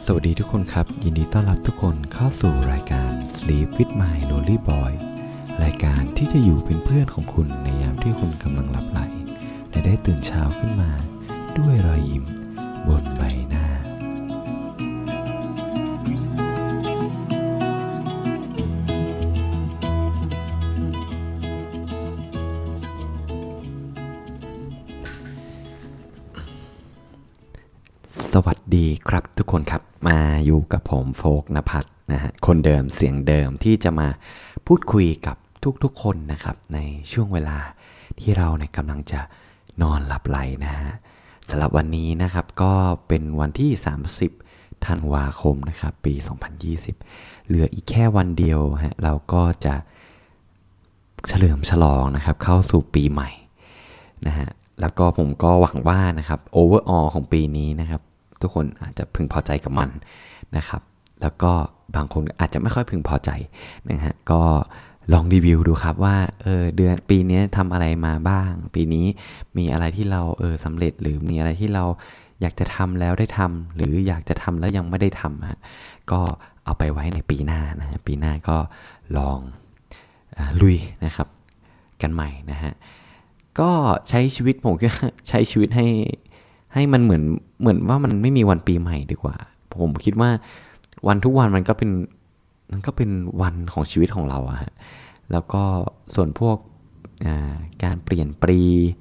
สวัสดีทุกคนครับยินดีต้อนรับทุกคนเข้าสู่รายการ Sleep with My Lonely Boy รายการที่จะอยู่เป็นเพื่อนของคุณในยามที่คุณกำลังหลับไหลและได้ตื่นเช้าขึ้นมาด้วยรอยยิ้มบนใบหน้าสวัสดีครับทุกคนครับมาอยู่กับผมโฟกนภัทรนะฮะคนเดิมเสียงเดิมที่จะมาพูดคุยกับทุกๆคนนะครับในช่วงเวลาที่เราเนี่ยกำลังจะนอนหลับไหลนะฮะสำหรับวันนี้นะครับก็เป็นวันที่30ธันวาคมนะครับปี2020เหลืออีกแค่วันเดียวฮะเราก็จะเฉลิมฉลองนะครับเข้าสู่ปีใหม่นะฮะแล้วก็ผมก็หวังว่านะครับโอเวอร์ออลของปีนี้นะครับทุกคนอาจจะพึงพอใจกับมันนะครับแล้วก็บางคนอาจจะไม่ค่อยพึงพอใจนะฮะก็ลองรีวิวดูครับว่าเดือนปีนี้ทำอะไรมาบ้างปีนี้มีอะไรที่เราสำเร็จหรือมีอะไรที่เราอยากจะทำแล้วได้ทำหรืออยากจะทำแล้วยังไม่ได้ทำฮะก็เอาไปไว้ในปีหน้านะฮะปีหน้าก็ลองลุยนะครับกันใหม่นะฮะก็ใช้ชีวิตผมก็ใช้ชีวิตให้มันเหมือนว่ามันไม่มีวันปีใหม่ดีกว่าผมคิดว่าวันทุกวันมันก็เป็นวันของชีวิตของเราอะฮะแล้วก็ส่วนพวกการเปลี่ยนปี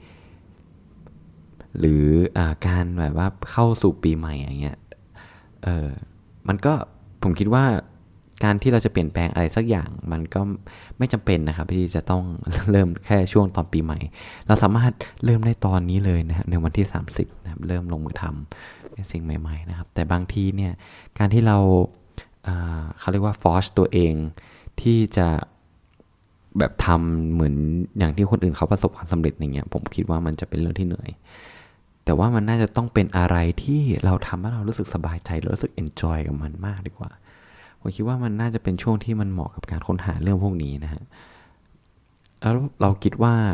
หรือการแบบว่าเข้าสู่ปีใหม่อย่างเงี้ยมันก็ผมคิดว่าการที่เราจะเปลี่ยนแปลงอะไรสักอย่างมันก็ไม่จำเป็นนะครับที่จะต้องเริ่มแค่ช่วงตอนปีใหม่เราสามารถเริ่มได้ตอนนี้เลยนะในวันที่30นะครับเริ่มลงมือทำสิ่งใหม่ๆนะครับแต่บางทีเนี่ยการที่เราเขาเรียกว่าฟอร์สตัวเองที่จะแบบทำเหมือนอย่างที่คนอื่นเขาประสบความสำเร็จอย่างเงี้ยผมคิดว่ามันจะเป็นเรื่องที่เหนื่อยแต่ว่ามันน่าจะต้องเป็นอะไรที่เราทำให้เรารู้สึกสบายใจรู้สึกเอนจอยกับมันมากดีกว่าผมคิดว่ามันน่าจะเป็นช่วงที่มันเหมาะกับการค้นหาเรื่องพวกนี้นะฮะแล้วเราคิดว่า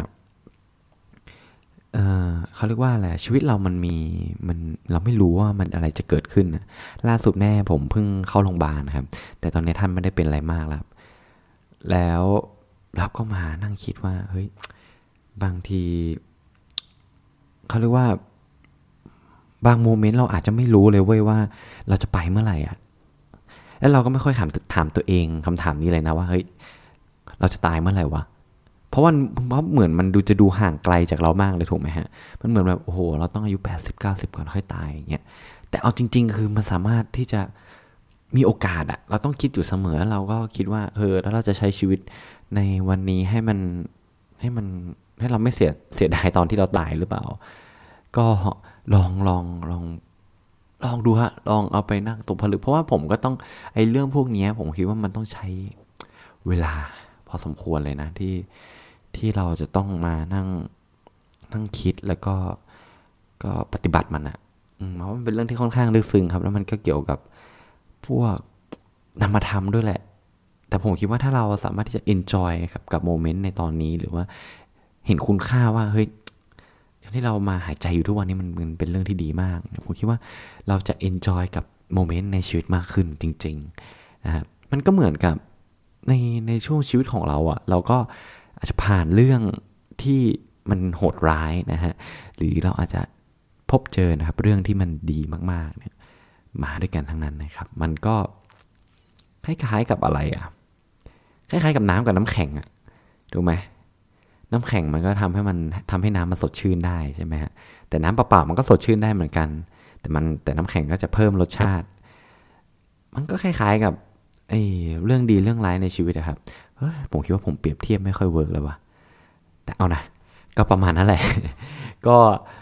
เขาเรียกว่าอะไรชีวิตเรามันเราไม่รู้ว่ามันอะไรจะเกิดขึ้นนะล่าสุดแม่ผมเพิ่งเข้าโรงพยาบาลครับแต่ตอนนี้ท่านไม่ได้เป็นอะไรมากแล้วเราก็มานั่งคิดว่าเฮ้ยบางทีเขาเรียกว่าบางโมเมนต์เราอาจจะไม่รู้เลยเว้ยว่าเราจะไปเมื่อไหร่อ่ะแล้วเราก็ไม่ค่อยถามตัวเองคำถามนี้เลยนะว่าเฮ้ยเราจะตายเมื่อไหร่วะเพราะว่าเหมือนมันดูห่างไกลจากเรามากเลยถูกไหมฮะมันเหมือนแบบโอ้โหเราต้องอายุ80-90ก่อนค่อยตายอย่างเงี้ยแต่เอาจริงๆคือมันสามารถที่จะมีโอกาสอะเราต้องคิดอยู่เสมอเราก็คิดว่าแล้วเราจะใช้ชีวิตในวันนี้ให้เราไม่เสียดายตอนที่เราตายหรือเปล่าก็ลองดูฮะลองเอาไปนั่งตกผลึกเพราะว่าผมก็ต้องเรื่องพวกนี้ผมคิดว่ามันต้องใช้เวลาพอสมควรเลยนะที่เราจะต้องมานั่งคิดแล้วก็ปฏิบัติมันเพราะมันเป็นเรื่องที่ค่อนข้างลึกซึ้งครับแล้วมันก็เกี่ยวกับพวกนามธรรมด้วยแหละแต่ผมคิดว่าถ้าเราสามารถที่จะ enjoy ครับกับโมเมนต์ในตอนนี้หรือว่าเห็นคุณค่าว่าเฮ้ยการที่เรามาหายใจอยู่ทุกวันนี้มันเป็นเรื่องที่ดีมากผมคิดว่าเราจะ enjoy กับโมเมนต์ในชีวิตมากขึ้นจริงๆนะครับมันก็เหมือนกับในช่วงชีวิตของเราเราก็อาจจะผ่านเรื่องที่มันโหดร้ายนะฮะหรือเราอาจจะพบเจอนะครับเรื่องที่มันดีมากๆเนี่ยมาด้วยกันทั้งนั้นนะครับมันก็คล้ายๆกับอะไรคล้ายๆกับน้ำกับน้ำแข็งถูกไหมน้ำแข็งมันก็ทำให้น้ำมันสดชื่นได้ใช่ไหมฮะแต่น้ำเปล่าๆมันก็สดชื่นได้เหมือนกันแต่น้ำแข็งก็จะเพิ่มรสชาติมันก็คล้ายๆกับเรื่องดีเรื่องร้ายในชีวิตครับผมคิดว่าผมเปรียบเทียบไม่ค่อยเวิร์กเลยว่ะแต่เอานะก็ประมาณนั้นแหละ ก็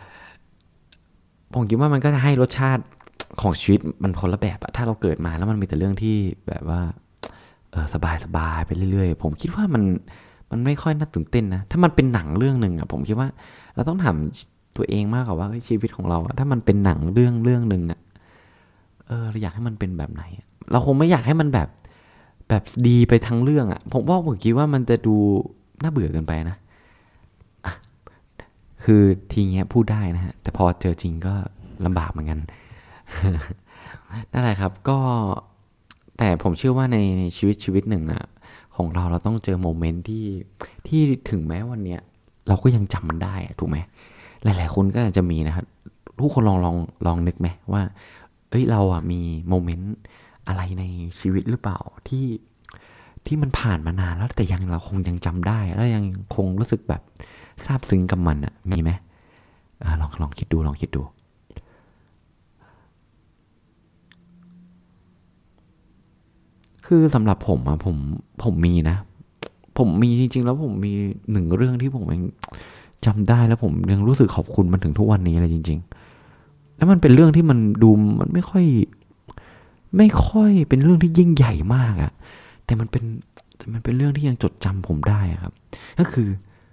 ผมคิดว่ามันก็จะให้รสชาติของชีวิตมันคนละแบบถ้าเราเกิดมาแล้วมันมีแต่เรื่องที่แบบว่าสบายไปเรื่อยๆผมคิดว่ามันไม่ค่อยน่าตื่นเต้นนะถ้ามันเป็นหนังเรื่องนึงผมคิดว่าเราต้องถามตัวเองมากกว่าว่าชีวิตของเราถ้ามันเป็นหนังเรื่องนึงเราอยากให้มันเป็นแบบไหนเราคงไม่อยากให้มันแบบดีไปทั้งเรื่องผมคิดว่ามันจะดูน่าเบื่อเกินไปนะคือทีเงี้ยพูดได้นะฮะแต่พอเจอจริงก็ลำบากเหมือนกันนั่นแหละครับก็แต่ผมเชื่อว่าในชีวิตหนึ่งอะของเราต้องเจอโมเมนต์ที่ถึงแม้วันเนี้ยเราก็ยังจำมันได้ถูกไหมหลายๆคนก็อาจจะมีนะครับทุกคนลองนึกไหมว่าเอ้ยเราอะมีโมเมนต์อะไรในชีวิตหรือเปล่าที่มันผ่านมานานแล้วแต่เราคงยังจำได้แล้วยังคงรู้สึกแบบซาบซึ้งกับมันอะมีไหมลองคิดดูลองคิดดู คือสำหรับผมอะผมมีนะผมมีจริงๆแล้วผมมีหนึ่งเรื่องที่ผมเองจำได้แล้วผมยังรู้สึกขอบคุณมันถึงทุกวันนี้เลยจริงๆแล้วมันเป็นเรื่องที่มันดูมันไม่ค่อยเป็นเรื่องที่ยิ่งใหญ่มากอะแต่มันเป็นเรื่องที่ยังจดจำผมได้อะครับก็คือ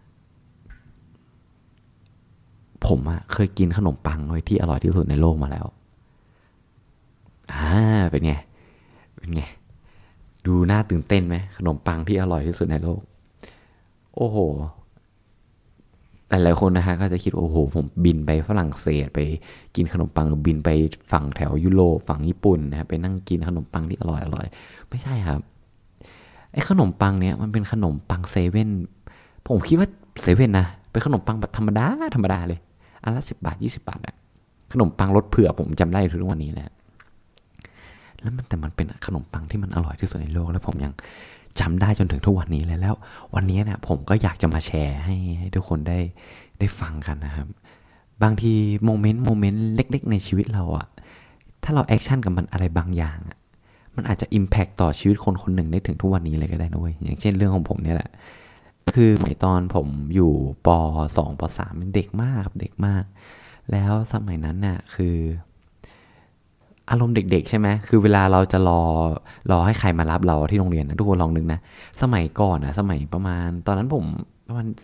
ผมอะเคยกินขนมปังไว้ที่อร่อยที่สุดในโลกมาแล้วอ่าเป็นไงเป็นไงดูน่าตื่นเต้นไหมขนมปังที่อร่อยที่สุดในโลกโอ้โห หลายๆคนนะฮะก็จะคิดโอ้โหผมบินไปฝรั่งเศสไปกินขนมปังบินไปฝั่งแถวยุโรปฝั่งญี่ปุ่นนะฮะไปนั่งกินขนมปังที่อร่อยไม่ใช่ครับไอ้ขนมปังเนี้ยมันเป็นขนมปังเซเว่นผมคิดว่าเซเว่นนะเป็นขนมปังแบบธรรมดาเลยอันละ10 บาท20 บาทอะขนมปังรสเผือกผมจำได้ถึงทุกวันนี้แหละแล้วแต่มันเป็นขนมปังที่มันอร่อยที่สุดในโลกแล้วผมยังจำได้จนถึงทุกวันนี้เลยแล้ววันนี้เนี่ยผมก็อยากจะมาแชร์ให้ทุกคนได้ฟังกันนะครับบางทีโมเมนต์เล็กๆในชีวิตเราอะถ้าเราแอคชั่นกับมันอะไรบางอย่างอะมันอาจจะอิมแพคต่อชีวิตคนคนหนึ่งได้ถึงทุกวันนี้เลยก็ได้นะเว้ยอย่างเช่นเรื่องของผมเนี่ยแหละคือสมัยตอนผมอยู่ป.2 ป.3เป็นเด็กมากครับเด็กมากแล้วสมัยนั้นน่ะคืออารมณ์เด็กๆใช่ไหมคือเวลาเราจะรอให้ใครมารับเราที่โรงเรียนนะทุกคนลองนึกนะสมัยก่อนนะสมัยประมาณตอนนั้นผมประมาณ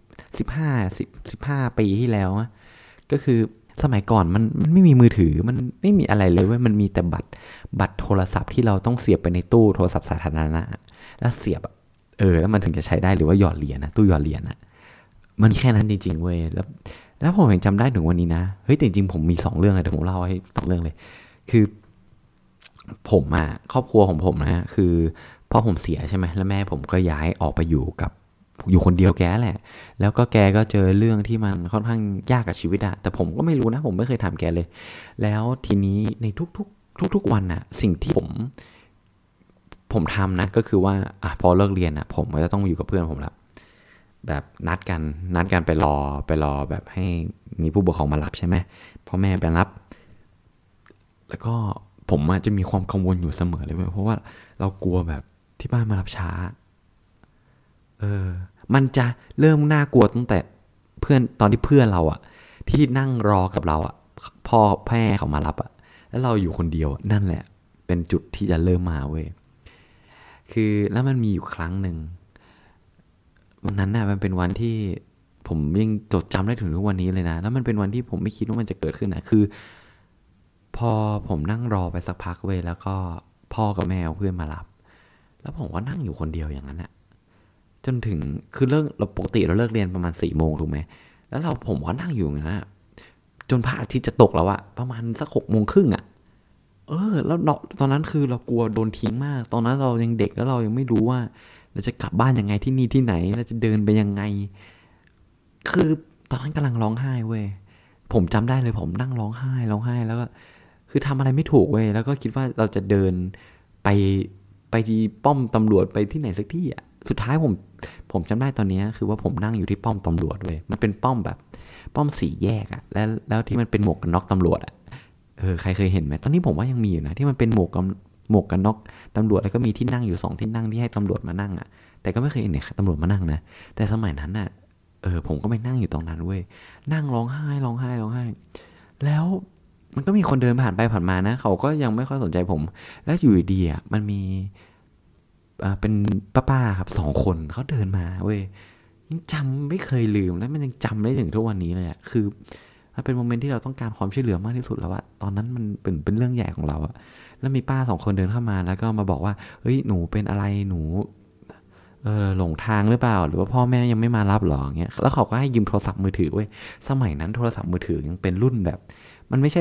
15ปีที่แล้วนะก็คือสมัยก่อนมันไม่มีมือถือมันไม่มีอะไรเลยเว้ยมันมีแต่บัตรโทรศัพท์ที่เราต้องเสียบไปในตู้โทรศัพท์สาธารณะแล้วเสียบแล้วมันถึงจะใช้ได้หรือว่าหยอดเหรียญนะตู้หยอดเหรียญนะมันแค่นั้นจริงๆเว้ยแล้วผมยังจำได้ถึงวันนี้นะเฮ้ยแต่จริงๆผมมี2 เรื่องเลยเดี๋ยวผมเล่าให้2 เรื่องเลยคือผมอะครอบครัวของผมนะคือพ่อผมเสียใช่ไหมแล้วแม่ผมก็ย้ายออกไปอยู่คนเดียวแกแหละแล้วก็แกก็เจอเรื่องที่มันค่อนข้างยากกับชีวิตอะแต่ผมก็ไม่รู้นะผมไม่เคยถามแกเลยแล้วทีนี้ในทุกวันอะสิ่งที่ผมทำนะก็คือว่าพอเลิกเรียนอะผมก็จะต้องอยู่กับเพื่อนผมละแบบนัดกันไปรอแบบให้มีผู้ปกครองมารับใช่ไหมพ่อแม่ไปรับแล้วก็ผมอาจจะมีความกังวลอยู่เสมอเลยเพราะว่าเรากลัวแบบที่บ้านมารับช้า เออมันจะเริ่มน่ากลัวตั้งแต่เพื่อนตอนที่เพื่อนเราอะที่นั่งรอกับเราอะพ่อแม่เขามารับอะแล้วเราอยู่คนเดียวนั่นแหละเป็นจุดที่จะเริ่มมาเว้ยคือแล้วมันมีอยู่ครั้งหนึ่งวันนั้นน่ะมันเป็นวันที่ผมยังจดจำได้ถึงทุกวันนี้เลยนะแล้วมันเป็นวันที่ผมไม่คิดว่ามันจะเกิดขึ้นนะคือพอผมนั่งรอไปสักพักเว้ยแล้วก็พ่อกับแม่เอาเพื่อนมารับแล้วผมก็นั่งอยู่คนเดียวอย่างนั้นอะ จนถึงคือเราปกติเราเลิกเรียนประมาณ4 โมงถูกไหมแล้วผมก็นั่งอยู่อย่างนั้นอะจนพระอาทิตย์จะตกแล้วอะประมาณสัก6 โมงครึ่งอะแล้วตอนนั้นคือเรากลัวโดนทิ้งมากตอนนั้นเรายังเด็กแล้วเรายังไม่รู้ว่าเราจะกลับบ้านยังไงที่นี่ที่ไหนเราจะเดินไปยังไงคือตอนนั้นกำลังร้องไห้เว้ยผมจำได้เลยผมนั่งร้องไห้แล้วก็คือทำอะไรไม่ถูกเว้ยแล้วก็คิดว่าเราจะเดินไปไปที่ป้อมตำรวจไปที่ไหนสักที่อ่ะสุดท้ายผมจำได้ตอนนี้คือว่าผมนั่งอยู่ที่ป้อมตำรวจเว้ยมันเป็นป้อมแบบป้อมสี่แยกอ่ะแล้วที่มันเป็นหมวกกันน็อกตำรวจอ่ะใครเคยเห็นไหมตอนนี้ผมว่ายังมีอยู่นะที่มันเป็นหมวกกันน็อกตำรวจแล้วก็มีที่นั่งอยู่2 ที่นั่งที่ให้ตำรวจมานั่งอ่ะแต่ก็ไม่เคยเห็นเนี่ยตำรวจมานั่งนะแต่สมัยนั้นอ่ะผมก็ไปนั่งอยู่ตรงนั้นเว้ยนั่งร้องไห้แล้วมันก็มีคนเดินผ่านไปผ่านมานะเขาก็ยังไม่ค่อยสนใจผมแล้วอยู่ดีๆอ่ะมันมีเป็นป้าๆครับ2 คนเขาเดินมาเว้ยยังจำไม่เคยลืมแล้วมันยังจำได้ถึงทุกวันนี้เลยอ่ะคือมันเป็นโมเมนต์ที่เราต้องการความช่วยเหลือมากที่สุดแล้วอะตอนนั้นมันเป็นเรื่องใหญ่ของเราอะแล้วมีป้า 2 คนเดินเข้ามาแล้วก็มาบอกว่าเฮ้ยหนูเป็นอะไรหนูหลงทางหรือเปล่าหรือว่าพ่อแม่ยังไม่มารับหรอเงี้ยแล้วเขาก็ให้ยืมโทรศัพท์มือถือเว้ยสมัยนั้นโทรศัพท์มือถือยังเป็นรุ่นแบบมันไม่ใช่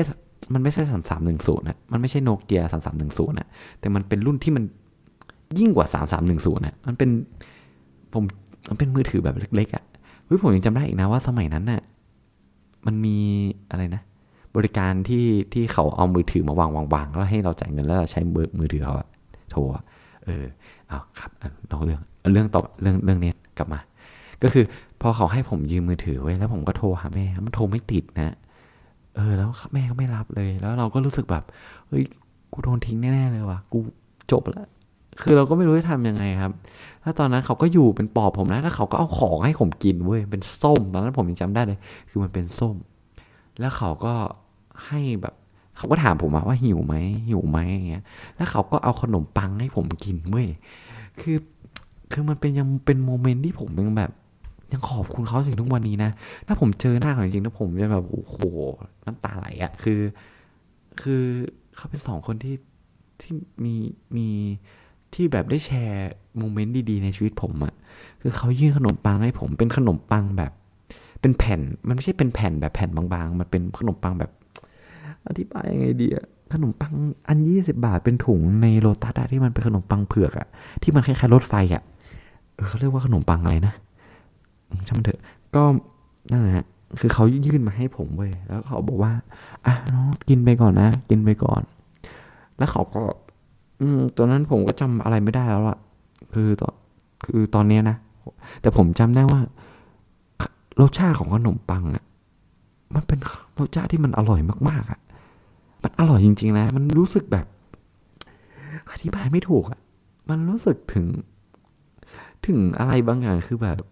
มันไม่ใช่3310นะมันไม่ใช่โนเกีย3310นะแต่มันเป็นรุ่นที่มันยิ่งกว่า3310นะผมมันเป็นมือถือแบบเล็กๆผมยังจำได้อีกนะว่าสมัยนั้นน่ะมันมีอะไรนะบริการที่เขาเอามือถือมาวางแล้วให้เราจ่ายเงินแล้วเราใช้มือถือเขาโทรเอาครับนอกเรื่องต่อเรื่องนี้กลับมาก็คือพอเขาให้ผมยืมมือถือไว้แล้วผมก็โทรหาแม่มันโทรไม่ติดนะแล้วแม่ก็ไม่รับเลยแล้วเราก็รู้สึกแบบเฮ้ยกูโดนทิ้งแน่ๆเลยว่ะกูจบแล้วคือเราก็ไม่รู้จะทำยังไงครับถ้าตอนนั้นเขาก็อยู่เป็นปอบผมนะแล้วเขาก็เอาของให้ผมกินเว้ยเป็นส้มตอนนั้นผมยังจำได้เลยคือมันเป็นส้มแล้วเขาก็ให้แบบเขาก็ถามผมว่าหิวไหมอย่างเงี้ยแล้วเขาก็เอาขนมปังให้ผมกินเว้ยคือมันเป็นยังเป็นโมเมนต์ที่ผมยังแบบยังขอบคุณเขาถึงทุกวันนี้นะถ้าผมเจอหน้าเขาจริงๆนะผมจะแบบโอ้โหน้ำตาไหลคือเขาเป็น2 คนที่มีที่แบบได้แชร์โมเมนต์ดีๆในชีวิตผมคือเขายื่นขนมปังให้ผมเป็นขนมปังแบบเป็นแผ่นมันไม่ใช่เป็นแผ่นแบบแผ่นบางๆมันเป็นขนมปังแบบอธิบายยังไงดีขนมปังอัน20 บาทเป็นถุงในโลตัสที่มันเป็นขนมปังเผือกที่มันคล้ายๆรถไฟเขาเรียกว่าขนมปังอะไรนะช่างมันเถอะก็นั่นแหละคือเขายื่นมาให้ผมเว้ยแล้วเขาบอกว่าน้องกินไปก่อนนะกินไปก่อนแล้วเขาก็ตอนนั้นผมก็จำอะไรไม่ได้แล้วคือตอนนี้นะแต่ผมจำได้ว่ารสชาติของขนมปังมันเป็นรสชาติที่มันอร่อยมากๆมันอร่อยจริงๆนะมันรู้สึกแบบอธิบายไม่ถูกมันรู้สึกถึงอะไรบางอย่างคือแบบ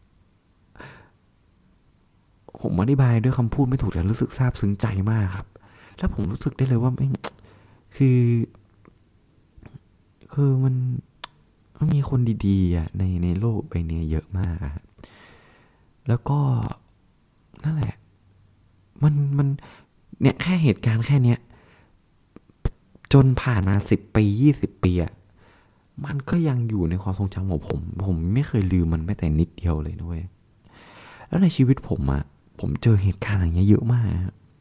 ผมอธิบายด้วยคำพูดไม่ถูกแต่รู้สึกซาบซึ้งใจมากครับแล้วผมรู้สึกได้เลยว่าคือมันมีคนดีๆในโลกใบนี้เยอะมากแล้วก็นั่นแหละมันเนี่ยแค่เหตุการณ์แค่เนี้ยจนผ่านมา10 ปี20 ปีมันก็ยังอยู่ในความทรงจำของผมไม่เคยลืมมันแม้แต่นิดเดียวเลยด้วยแล้วในชีวิตผมเจอเหตุการณ์อย่างเงี้ยเยอะมาก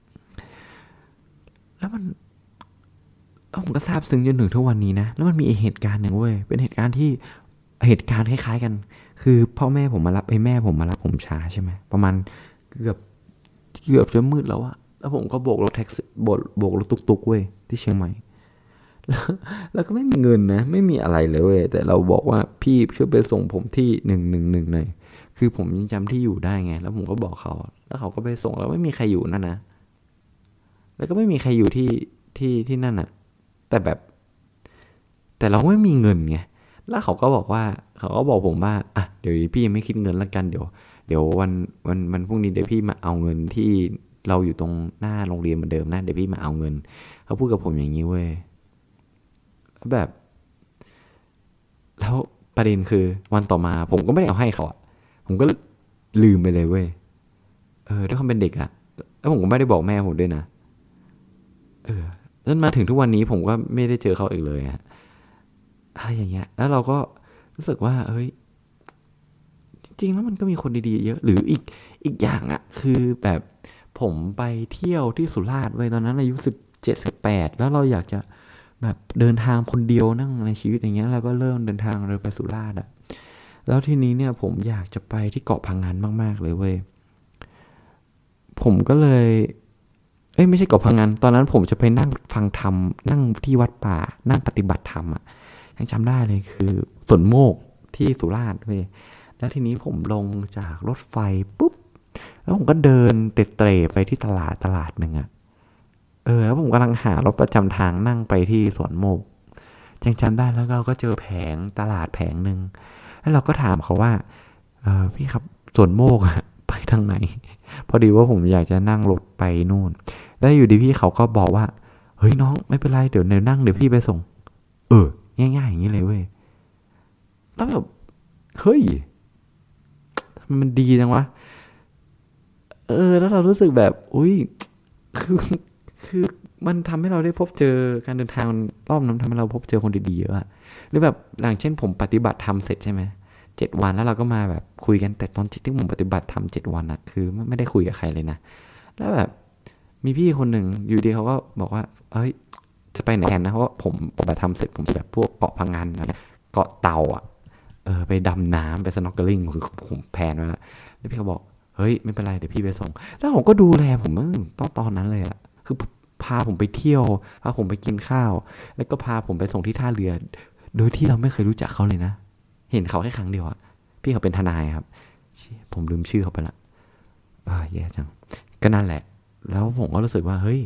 แล้วผมก็ซาบซึ้งจนถึงทุกวันนี้นะแล้วมันมีเหตุการณ์หนึ่งเว้ยเป็นเหตุการณ์คล้ายๆกันคือพ่อแม่ผมมารับแม่ผมมารับผมช้าใช่ไหมประมาณเกือบจะมืดแล้วแล้วผมก็โบกรถแท็กซี่โบกรถตุ๊กๆเว้ยที่เชียงใหม่แล้วก็ไม่มีเงินนะไม่มีอะไรเลยเว้ยแต่เราบอกว่าพี่ช่วยไปส่งผมที่111หน่อยคือผมยังจำที่อยู่ได้ไงแล้วผมก็บอกเขาแล้วเขาก็ไปส่งแล้วไม่มีใครอยู่นั่นนะแล้วก็ไม่มีใครอยู่ที่นั่นแต่เราไม่มีเงินไงแล้วเขาก็บอกผมว่าเดี๋ยวพี่ยังไม่คิดเงินละกันเดี๋ยววันพรุ่งนี้เดี๋ยวพี่มาเอาเงินที่เราอยู่ตรงหน้าโรงเรียนเหมือนเดิมนะเดี๋ยวพี่มาเอาเงินเขาพูดกับผมอย่างนี้เว้ยแบบแล้วประเด็นคือวันต่อมาผมก็ไม่ได้เอาให้เขาผมก็ลืมไปเลยเว้ยด้วยความเป็นเด็กแล้วผมก็ไม่ได้บอกแม่ผมด้วยนะแล้วมาถึงทุกวันนี้ผมก็ไม่ได้เจอเขาอีกเลยอะไรอย่างเงี้ยแล้วเราก็รู้สึกว่าเฮ้ยจริงๆแล้วมันก็มีคนดีๆเยอะหรืออีกอย่างคือแบบผมไปเที่ยวที่สุราษฎร์ไว้ตอนนั้นอายุ17-18แล้วเราอยากจะแบบเดินทางคนเดียวนั่งในชีวิตอย่างเงี้ยแล้วก็เริ่มเดินทางเลยไปสุราษฎร์แล้วทีนี้เนี่ยผมอยากจะไปที่เกาะพังงานมากๆเลยเว้ยผมก็เลยไม่ใช่เกาะพังงานตอนนั้นผมจะไปนั่งฟังธรรมนั่งที่วัดป่านั่งปฏิบัติธรรมยังจำได้เลยคือสวนโมกที่สุราษฎร์เว้ยแล้วทีนี้ผมลงจากรถไฟปุ๊บแล้วผมก็เดินเตร่ไปที่ตลาดหนึ่งแล้วผมกำลังหารถประจำทางนั่งไปที่สวนโมกยังจำได้แล้วเราก็เจอแผงตลาดแผงหนึ่งแล้วเราก็ถามเขาว่าพี่ครับสวนโมกไปทางไหนพอดีว่าผมอยากจะนั่งรถไปนู่นแล้วอยู่ดีพี่เขาก็บอกว่าเฮ้ยน้องไม่เป็นไรเดี๋ยวนั่งเดี๋ยวพี่ไปส่งง่ายๆอย่างนี้เลยเว้ยแล้วแบบเฮ้ยมันดีจังวะแล้วเรารู้สึกแบบอุ้ยคือมันทำให้เราได้พบเจอการเดินทางรอบนั้นทำให้เราพบเจอคนดีๆเยอะหรือแบบอย่างเช่นผมปฏิบัติธรรมเสร็จใช่ไหม7 วันแล้วเราก็มาแบบคุยกันแต่ตอนที่ผมปฏิบัติธรรม7 วันคือไม่ได้คุยกับใครเลยนะแล้วแบบมีพี่คนหนึ่งอยู่ดีเขาก็บอกว่าเอ้ยจะไปไหนกันนะเพราะว่าผมไปทำเสร็จผมแบบพวกเกาะพังงานเกาะเต่าอ่ะไปดำน้ำไปสน็อกเกิลลิ่งคือผมแพลนไว้แล้วแล้วพี่เขาบอกเฮ้ยไม่เป็นไรเดี๋ยวพี่ไปส่งแล้วผมก็ดูแลผมตอนนั้นเลยอ่ะคือพาผมไปเที่ยวพาผมไปกินข้าวแล้วก็พาผมไปส่งที่ท่าเรือโดยที่เราไม่เคยรู้จักเขาเลยนะเห็นเขาแค่ครั้งเดียวอะพี่เขาเป็นทนายครับผมลืมชื่อเขาไปละแย่จังก็นั่นแหละแล้วผมก็รู้สึกว่าเฮ้ย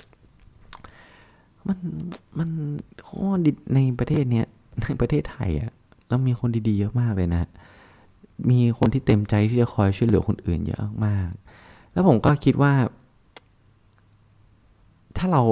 มันโคตรในประเทศเนี้ยในประเทศไทยอะเรามีคนดีๆเยอะมากเลยนะมีคนที่เต็มใจที่จะคอยช่วยเหลือคนอื่นเยอะมากแล้วผมก็คิดว่าถ้าเรา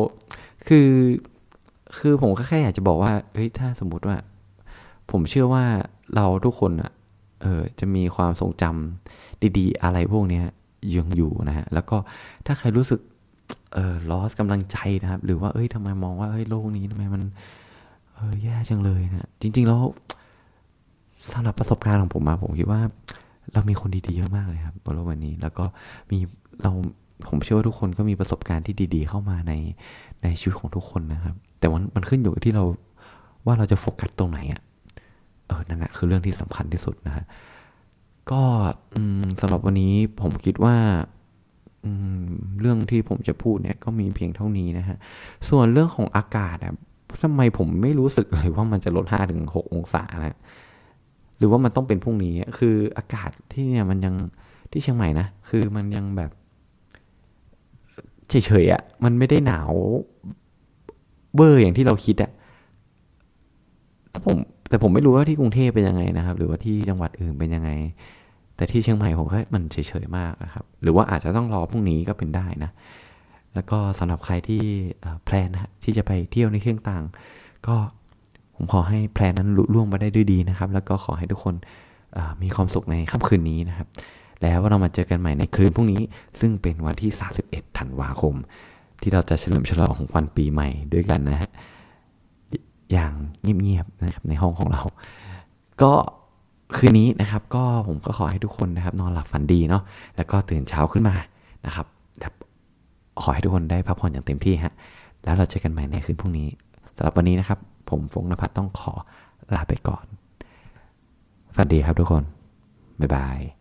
คือผมก็แค่อยากจะบอกว่าเฮ้ยถ้าสมมุติว่าผมเชื่อว่าเราทุกคนอะจะมีความทรงจำดีๆอะไรพวกนี้ยังอยู่นะฮะแล้วก็ถ้าใครรู้สึกloss กำลังใจนะครับหรือว่าทำไมมองว่าโลกนี้ทำไมมันแย่จังเลยนะจริงๆแล้วสำหรับประสบการณ์ของผมผมคิดว่าเรามีคนดีๆเยอะมากเลยครับบนโลกวันนี้แล้วก็ผมเชื่อว่าทุกคนก็มีประสบการณ์ที่ดีๆเข้ามาในชีวิตของทุกคนนะครับแต่มันขึ้นอยู่ที่เราว่าเราจะโฟกัสตรงไหนนั่นแหละคือเรื่องที่สำคัญที่สุดนะฮะก็สำหรับวันนี้ผมคิดว่าเรื่องที่ผมจะพูดเนี่ยก็มีเพียงเท่านี้นะฮะส่วนเรื่องของอากาศทำไมผมไม่รู้สึกเลยว่ามันจะลด 5-6 องศานะหรือว่ามันต้องเป็นพรุ่งนี้คืออากาศที่เนี่ยมันยังที่เชียงใหม่นะคือมันยังแบบเฉยๆมันไม่ได้หนาวเบอร์อย่างที่เราคิดแต่ผมไม่รู้ว่าที่กรุงเทพเป็นยังไงนะครับหรือว่าที่จังหวัดอื่นเป็นยังไงแต่ที่เชียงใหม่ผมก็มันเฉยๆมากนะครับหรือว่าอาจจะต้องรอพรุ่งนี้ก็เป็นได้นะแล้วก็สำหรับใครที่แพลนที่จะไปเที่ยวในที่ต่างๆก็ผมขอให้แพลนนั้นลุล่วงไปได้ด้วยดีนะครับแล้วก็ขอให้ทุกคนมีความสุขในค่ำคืนนี้นะครับแล้วเรามาเจอกันใหม่ในคืนพรุ่งนี้ซึ่งเป็นวันที่31ธันวาคมที่เราจะเฉลิมฉลองวันปีใหม่ด้วยกันนะฮะอย่างเงียบๆนะครับในห้องของเราก็คืนนี้นะครับก็ผมก็ขอให้ทุกคนนะครับนอนหลับฝันดีเนาะแล้วก็ตื่นเช้าขึ้นมานะครับขอให้ทุกคนได้พักผ่อนอย่างเต็มที่ฮะแล้วเราเจอกันใหม่ในคืนพรุ่งนี้สำหรับวันนี้นะครับผมฟงษ์ณภัทรต้องขอลาไปก่อนฝันดีครับทุกคนบ๊ายบาย